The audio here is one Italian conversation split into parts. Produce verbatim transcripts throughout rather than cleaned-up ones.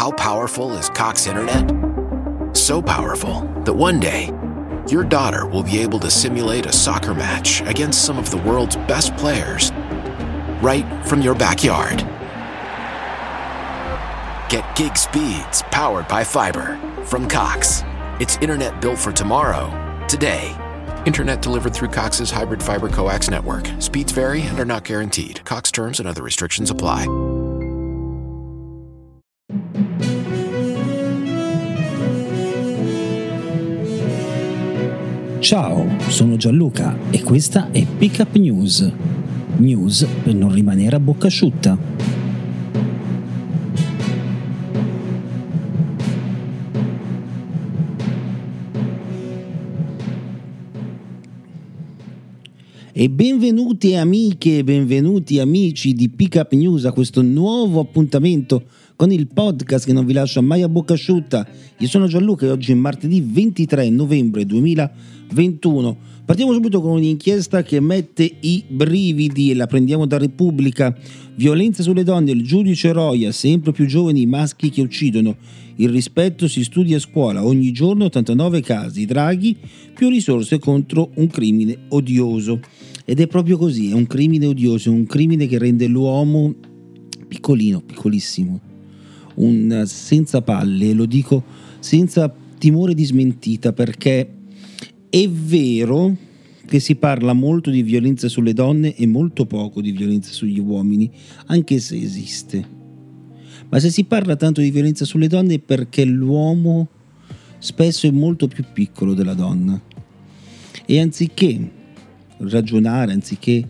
how powerful is Cox Internet? So powerful that one day, your daughter will be able to simulate a soccer match against some of the world's best players right from your backyard. Get gig speeds powered by fiber from Cox. It's internet built for tomorrow, today. Internet delivered through Cox's hybrid fiber coax network. Speeds vary and are not guaranteed. Cox terms and other restrictions apply. Ciao, sono Gianluca e questa è Pick Up News. News per non rimanere a bocca asciutta. E benvenuti amiche, benvenuti amici di Pick Up News a questo nuovo appuntamento con il podcast che non vi lascia mai a bocca asciutta. Io sono Gianluca e oggi è martedì ventitré novembre duemilaventuno. Partiamo subito con un'inchiesta che mette i brividi e la prendiamo da Repubblica. Violenza sulle donne, il giudice Roia, sempre più giovani maschi che uccidono. Il rispetto si studia a scuola, ogni giorno ottantanove casi, Draghi, più risorse contro un crimine odioso. Ed è proprio così, è un crimine odioso, è un crimine che rende l'uomo piccolino, piccolissimo, un senza palle, lo dico senza timore di smentita, perché è vero che si parla molto di violenza sulle donne e molto poco di violenza sugli uomini, anche se esiste. Ma se si parla tanto di violenza sulle donne è perché l'uomo spesso è molto più piccolo della donna. E anziché ragionare, anziché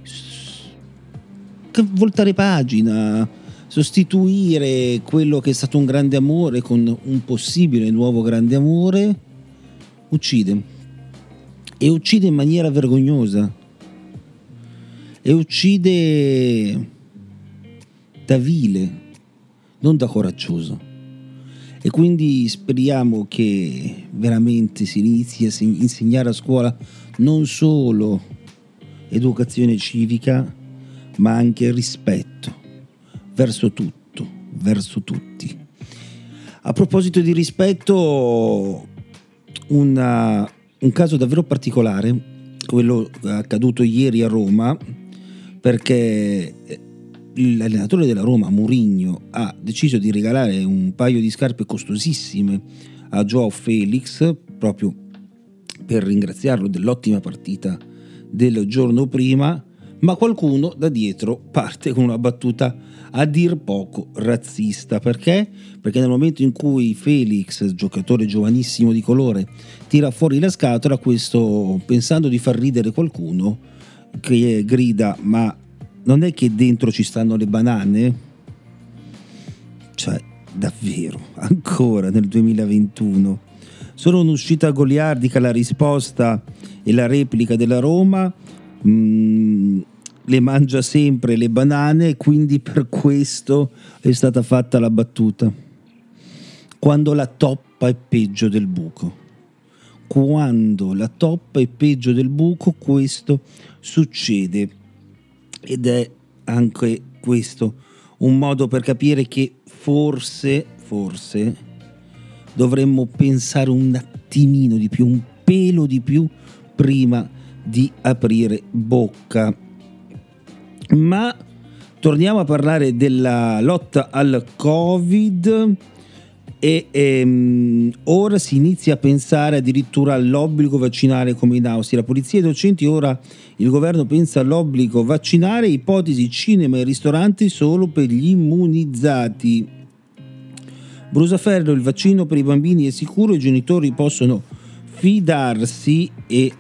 voltare pagina, sostituire quello che è stato un grande amore con un possibile nuovo grande amore, uccide. E uccide in maniera vergognosa. E uccide da vile, non da coraggioso. E quindi speriamo che veramente si inizi a insegnare a scuola non solo educazione civica, ma anche rispetto verso tutto, verso tutti. A proposito di rispetto, una, un caso davvero particolare, quello accaduto ieri a Roma, perché l'allenatore della Roma, Mourinho, ha deciso di regalare un paio di scarpe costosissime a João Felix proprio per ringraziarlo dell'ottima partita del giorno prima, ma qualcuno da dietro parte con una battuta a dir poco razzista. Perché? Perché nel momento in cui Felix, giocatore giovanissimo di colore, tira fuori la scatola, questo, pensando di far ridere qualcuno, che grida: ma non è che dentro ci stanno le banane? Cioè, davvero, ancora nel duemilaventuno. Solo un'uscita goliardica la risposta e la replica della Roma. Mm, le mangia sempre le banane, quindi per questo è stata fatta la battuta. Quando la toppa è peggio del buco. Quando la toppa è peggio del buco, questo succede. Ed è anche questo un modo per capire che forse, forse dovremmo pensare un attimino di più, un pelo di più prima di aprire bocca. Ma torniamo a parlare della lotta al Covid e ehm, ora si inizia a pensare addirittura all'obbligo vaccinale come in Austria. La polizia e i docenti, ora il governo pensa all'obbligo vaccinale, ipotesi cinema e ristoranti solo per gli immunizzati. Brusaferro, il vaccino per i bambini è sicuro, i genitori possono fidarsi, e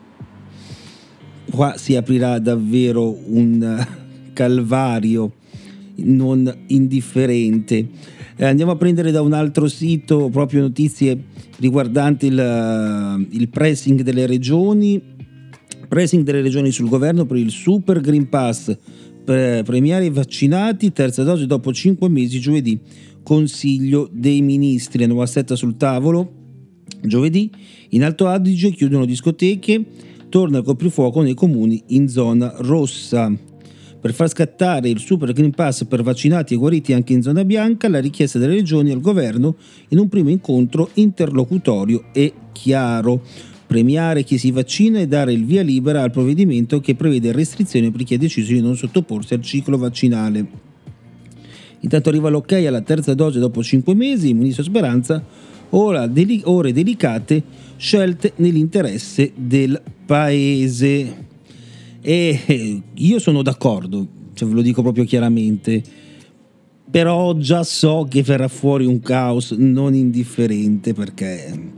qua si aprirà davvero un calvario non indifferente. Eh, andiamo a prendere da un altro sito proprio notizie riguardanti il, il pressing delle regioni. Pressing delle regioni sul governo per il Super Green Pass, per premiare i vaccinati, terza dose dopo cinque mesi, giovedì Consiglio dei Ministri. La nuova setta sul tavolo. Giovedì in Alto Adige chiudono discoteche, torna il coprifuoco nei comuni in zona rossa. per far scattare il Super Green Pass per vaccinati e guariti anche in zona bianca, la richiesta delle regioni al governo in un primo incontro interlocutorio e chiaro. Premiare chi si vaccina e dare il via libera al provvedimento che prevede restrizioni per chi ha deciso di non sottoporsi al ciclo vaccinale. Intanto arriva l'ok alla terza dose dopo cinque mesi, il ministro Speranza, ora deli- ore delicate, scelte nell'interesse del paese. E io sono d'accordo, cioè ve lo dico proprio chiaramente, però già so che verrà fuori un caos non indifferente, perché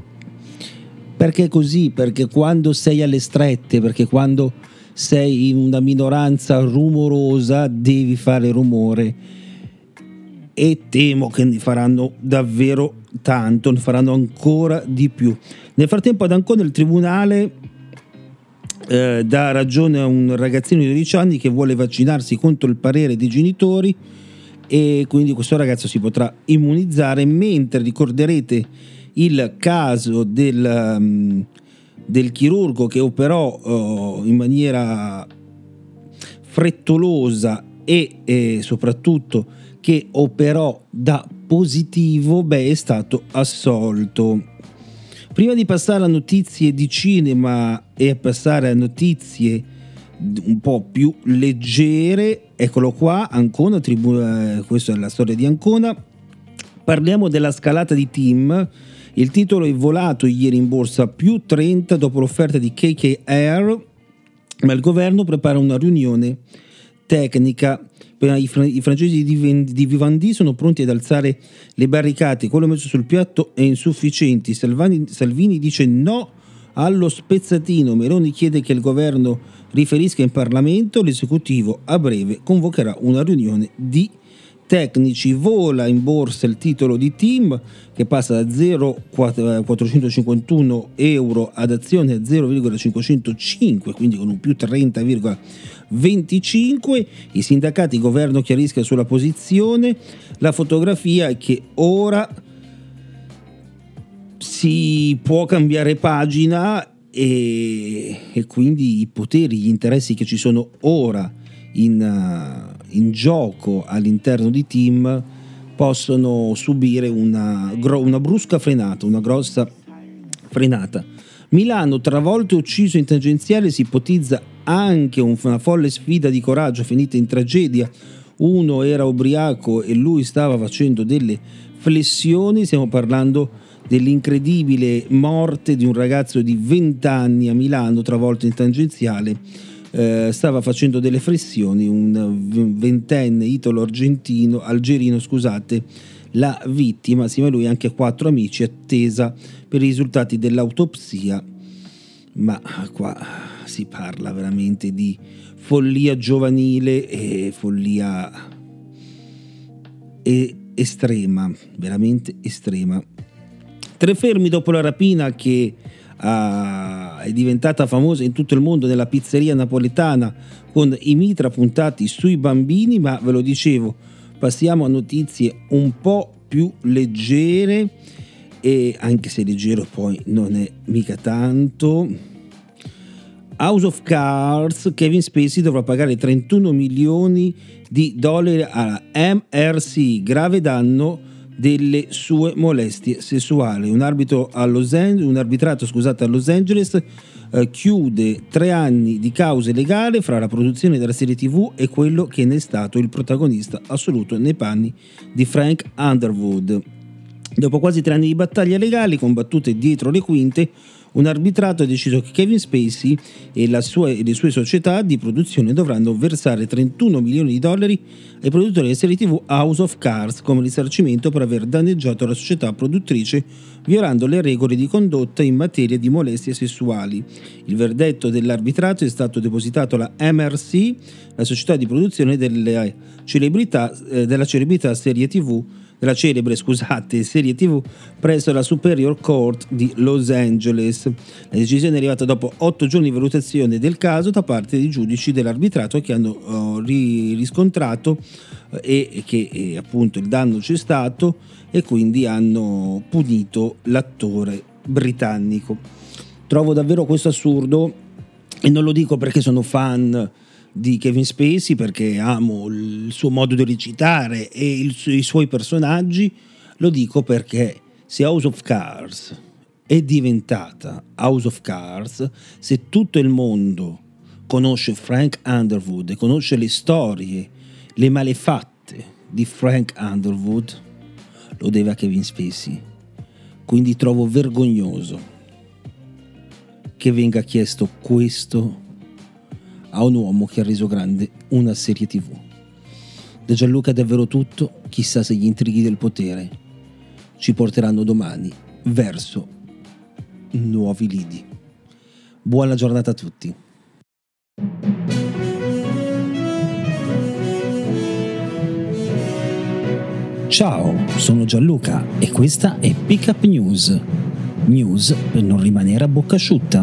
perché è così, perché quando sei alle strette, perché quando sei in una minoranza rumorosa devi fare rumore, e temo che ne faranno davvero tanto, ne faranno ancora di più. Nel frattempo ad Ancona il tribunale eh, dà ragione a un ragazzino di dodici anni che vuole vaccinarsi contro il parere dei genitori, e quindi questo ragazzo si potrà immunizzare, mentre ricorderete il caso del, um, del chirurgo che operò uh, in maniera frettolosa e, e soprattutto che operò da positivo, beh, è stato assolto. Prima di passare a notizie di cinema e a passare a notizie un po' più leggere, eccolo qua, Ancona, tribu- eh, questa è la storia di Ancona. Parliamo della scalata di Tim. Il titolo è volato ieri in borsa più trenta dopo l'offerta di K K R, ma il governo prepara una riunione tecnica. I, fr- i francesi di, di Vivendi sono pronti ad alzare le barricate, quello messo sul piatto è insufficiente. Salvini, Salvini dice no allo spezzatino, Meloni chiede che il governo riferisca in Parlamento, l'esecutivo a breve convocherà una riunione di tecnici. Vola in borsa il titolo di Tim, che passa da zero virgola quattrocentocinquantuno euro ad azione a zero virgola cinquecentocinque, quindi con un più trenta virgola venticinque. I sindacati, il governo chiarisca sulla posizione. La fotografia è che ora si può cambiare pagina e, e quindi i poteri, gli interessi che ci sono ora in, uh, in gioco all'interno di Tim possono subire una, una brusca frenata, una grossa frenata. Milano, travolto e ucciso in tangenziale, si ipotizza anche una folle sfida di coraggio finita in tragedia. Uno era ubriaco e lui stava facendo delle flessioni. Stiamo parlando dell'incredibile morte di un ragazzo di venti anni a Milano, travolto in tangenziale. Eh, stava facendo delle flessioni, un ventenne italo argentino algerino scusate la vittima, assieme a lui anche quattro amici, attesa per i risultati dell'autopsia. Ma qua si parla veramente di follia giovanile e follia e estrema, veramente estrema. Tre fermi dopo la rapina che Uh, è diventata famosa in tutto il mondo nella pizzeria napoletana con i mitra puntati sui bambini. Ma ve lo dicevo, passiamo a notizie un po' più leggere, e anche se leggero poi non è mica tanto. House of Cards, Kevin Spacey dovrà pagare trentuno milioni di dollari alla M R C, grave danno delle sue molestie sessuali. Un arbitro a Los Angeles, un arbitrato scusate a Los Angeles eh, chiude tre anni di cause legali fra la produzione della serie tivù e quello che ne è stato il protagonista assoluto nei panni di Frank Underwood. Dopo quasi tre anni di battaglie legali combattute dietro le quinte, un arbitrato ha deciso che Kevin Spacey e, la sua, e le sue società di produzione dovranno versare trentuno milioni di dollari ai produttori della serie tivù House of Cards come risarcimento per aver danneggiato la società produttrice violando le regole di condotta in materia di molestie sessuali. Il verdetto dell'arbitrato è stato depositato alla M R C, la società di produzione delle celebrità, eh, della celebrità serie tivù della celebre scusate serie tivù presso la Superior Court di Los Angeles. La decisione è arrivata dopo otto giorni di valutazione del caso da parte dei giudici dell'arbitrato che hanno uh, ri- riscontrato uh, e che eh, appunto il danno c'è stato, e quindi hanno punito l'attore britannico. Trovo davvero questo assurdo, e non lo dico perché sono fan di Kevin Spacey perché amo il suo modo di recitare e il, i suoi personaggi, lo dico perché se House of Cards è diventata House of Cards, se tutto il mondo conosce Frank Underwood e conosce le storie, le malefatte di Frank Underwood, lo deve a Kevin Spacey. Quindi trovo vergognoso che venga chiesto questo a un uomo che ha reso grande una serie tivù. Da Gianluca è davvero tutto, chissà se gli intrighi del potere ci porteranno domani verso nuovi lidi. Buona giornata a tutti. Ciao, sono Gianluca e questa è Pick Up News. News per non rimanere a bocca asciutta.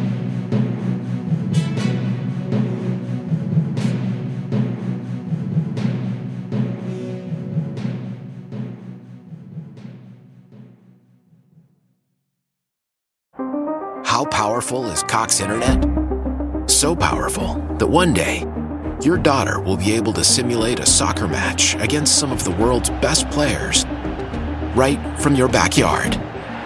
How powerful is Cox Internet? So powerful that one day, your daughter will be able to simulate a soccer match against some of the world's best players right from your backyard.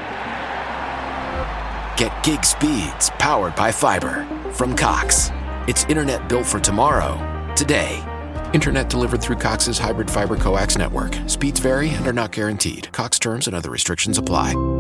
Get gig speeds powered by fiber from Cox. It's internet built for tomorrow, today. Internet delivered through Cox's hybrid fiber coax network. Speeds vary and are not guaranteed. Cox terms and other restrictions apply.